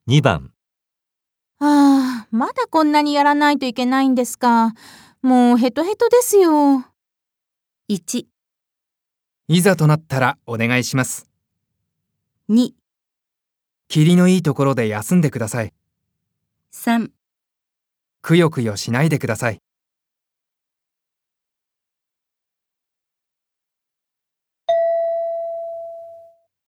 2番、 まだこんなにやらないといけないんですか。もうヘトヘトですよ。 1、 いざとなったらお願いします。 2、 霧のいいところで休んでください。 3 くよくよしないでください。